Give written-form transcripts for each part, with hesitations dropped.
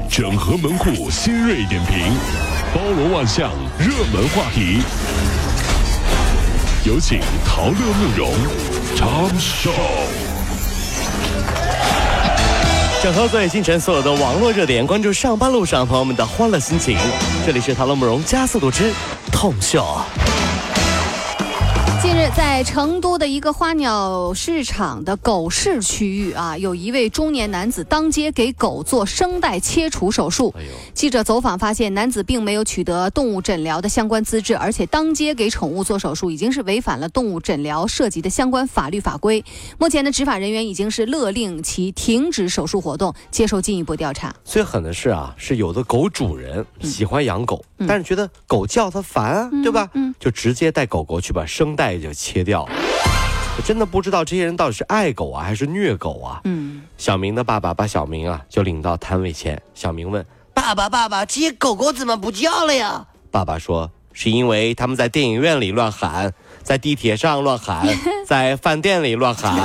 整合门户新锐点评，包罗万象，热门话题。有请陶乐慕容长寿。 整合最新城所有的网络热点，关注上班路上朋友们的欢乐心情。这里是陶乐慕容加速度之痛秀。 近日，在成都的一个花鸟市场的狗市区域啊，有一位中年男子当街给狗做声带切除手术。记者走访发现，男子并没有取得动物诊疗的相关资质，而且当街给宠物做手术已经是违反了动物诊疗涉及的相关法律法规。目前的执法人员已经是勒令其停止手术活动，接受进一步调查。 最狠的是啊，是有的狗主人喜欢养狗，但是觉得狗叫他烦啊，对吧？就直接带狗狗去把声带就切掉了。我真的不知道这些人到底是爱狗啊还是虐狗啊。小明的爸爸把小明啊就领到摊位前，小明问爸爸，这些狗狗怎么不叫了呀？爸爸说是因为他们在电影院里乱喊，在地铁上乱喊，在饭店里乱喊。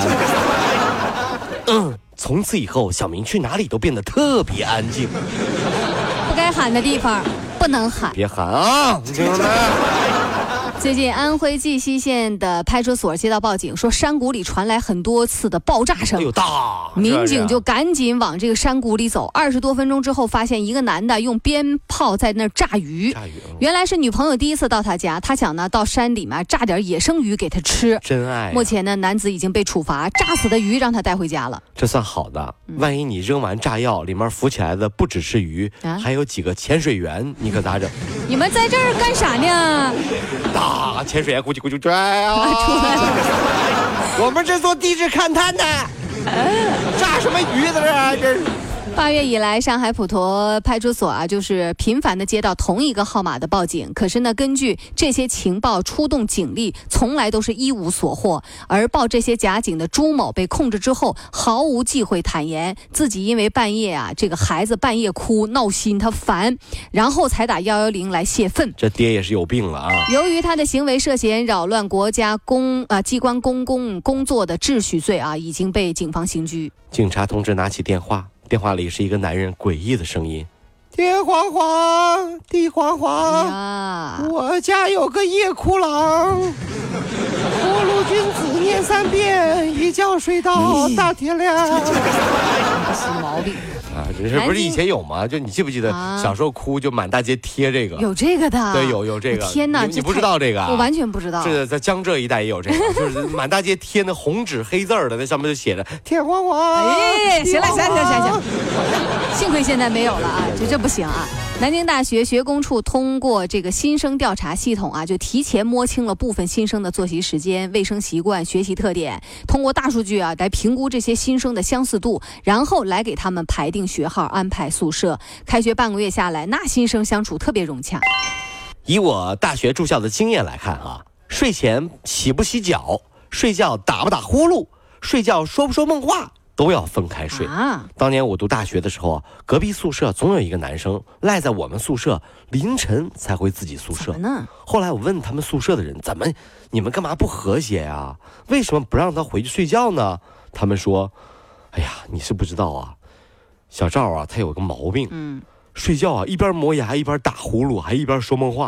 从此以后小明去哪里都变得特别安静， 不该喊的地方不能喊， 别喊啊，你听到没？ 最近安徽绩溪县的派出所接到报警，说山谷里传来很多次的爆炸声。民警就赶紧往这个山谷里走。20多分钟之后，发现一个男的用鞭炮在那儿炸鱼。原来是女朋友第一次到他家，他想呢到山里面炸点野生鱼给他吃。 真爱。 目前呢，男子已经被处罚，炸死的鱼让他带回家了。 这算好的，万一你扔完炸药，里面浮起来的不只是鱼，还有几个潜水员，你可咋整？ 你们在这儿干啥呢？ 潜水员咕叽咕叽拽啊！出来了，我们这做地质勘探的，炸什么鱼的啊？这是。 8月以来，上海普陀派出所啊，就是频繁的接到同一个号码的报警。可是呢，根据这些情报，出动警力从来都是一无所获。而报这些假警的朱某被控制之后，毫无忌讳坦言自己因为半夜啊，这个孩子半夜哭闹心，他烦，然后才打110来泄愤。 这爹也是有病了啊！ 由于他的行为涉嫌扰乱国家机关公共工作的秩序罪啊，已经被警方刑拘。 警察同志拿起电话。电话里是一个男人诡异的声音：天黄黄，地黄黄，我家有个夜哭郎，过路君子念3遍，一觉睡到大天亮。 是毛病啊！这不是以前有吗？就你记不记得小时候哭就满大街贴这个？ 有这个的。 对，有这个。 天哪， 你不知道这个？ 我完全不知道。 是在江浙一带也有这个，就是满大街贴那红纸黑字的，那上面就写着天黄黄。 哎，行了，幸亏现在没有了啊，这不行啊！南京大学学工处通过这个新生调查系统啊，就提前摸清了部分新生的作息时间、卫生习惯、学习特点，通过大数据啊来评估这些新生的相似度，然后来给他们排定学号、安排宿舍。开学半个月下来，那新生相处特别融洽。 以我大学住校的经验来看啊，睡前洗不洗脚，睡觉打不打呼噜，睡觉说不说梦话，都要分开睡。当年我读大学的时候，隔壁宿舍总有一个男生赖在我们宿舍，凌晨才回自己宿舍。后来我问他们宿舍的人，你们干嘛不和谐呀？为什么不让他回去睡觉呢？他们说，哎呀，你是不知道啊，小赵啊，他有个毛病，睡觉啊一边磨牙一边打呼噜，还一边说梦话。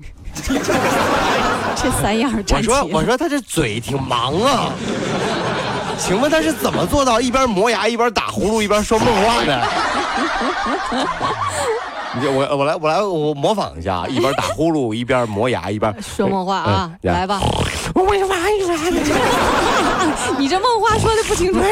这3样站齐了。 我说他这嘴挺忙啊。请问他是怎么做到一边磨牙一边打呼噜一边说梦话的？我模仿一下，一边打呼噜一边磨牙一边说梦话啊，来吧。你这梦话说的不清楚。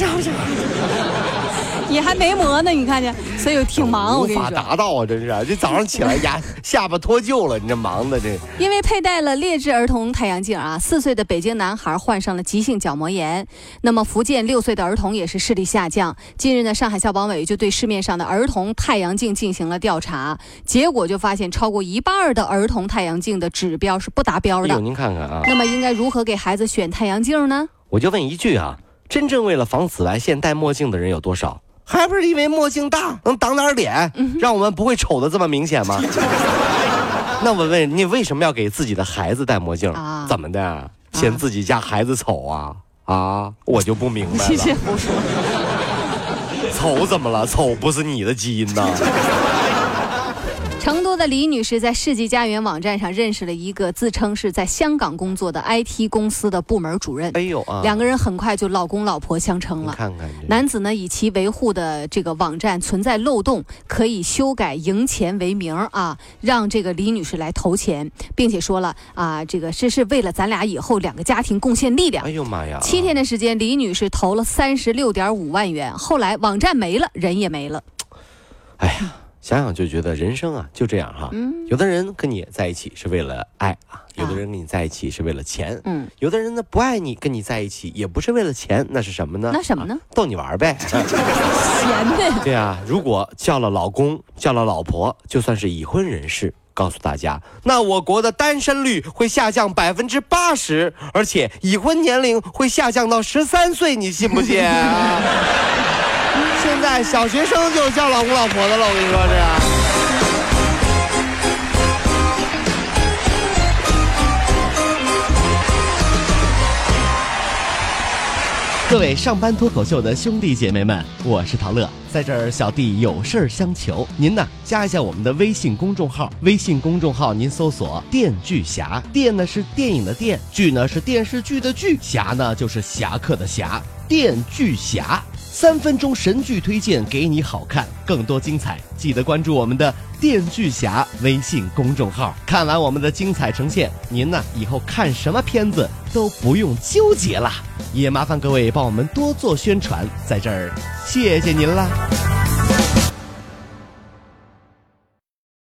你还没磨呢，你看见，所以挺忙。我跟你说， 无法达到啊，真是！这早上起来下巴脱臼了，你这忙的这。 因为佩戴了劣质儿童太阳镜啊，4岁的北京男孩患上了急性角膜炎。那么福建6岁的儿童也是视力下降。近日呢，上海消保委就对市面上的儿童太阳镜进行了调查，结果就发现超过1半的儿童太阳镜的指标是不达标的。 您看看啊。 那么应该如何给孩子选太阳镜呢？ 我就问一句啊，真正为了防紫外线戴墨镜的人有多少？还不是因为墨镜大，能挡点脸，让我们不会丑的这么明显吗？那我问你，为什么要给自己的孩子戴墨镜？怎么的？嫌自己家孩子丑啊？我就不明白了。 谢谢胡说。 丑怎么了？丑不是你的基因呐。 成都的李女士在世纪佳缘网站上认识了一个自称是在香港工作的 IT 公司的部门主任。 哎呦啊！ 两个人很快就老公老婆相称了。 看看男子呢以其维护的这个网站存在漏洞，可以修改赢钱为名啊，让这个李女士来投钱，并且说了啊，这个是为了咱俩以后两个家庭贡献力量。 哎呦妈呀 ！7天的时间，李女士投了36.5万元，后来网站没了，人也没了。 哎呀！想想就觉得人生啊就这样哈，有的人跟你在一起是为了爱啊，有的人跟你在一起是为了钱，有的人呢不爱你，跟你在一起也不是为了钱，那是什么呢？ 那什么呢？ 逗你玩呗，闲呗。 对啊，如果叫了老公，叫了老婆，就算是已婚人士，告诉大家，那我国的单身率会下降80%，而且已婚年龄会下降到13岁，你信不信啊？现在小学生就叫老公老婆的了，我跟你说各位上班脱口秀的兄弟姐妹们，我是陶乐，在这儿小弟有事相求，您呢加一下我们的微信公众号，微信公众号您搜索电锯侠，电呢是电影的电，剧呢是电视剧的剧，侠呢就是侠客的侠，电锯侠，3分钟神剧推荐给你好看，更多精彩记得关注我们的电锯侠微信公众号。看完我们的精彩呈现，您呢以后看什么片子都不用纠结了，也麻烦各位帮我们多做宣传，在这儿谢谢您啦。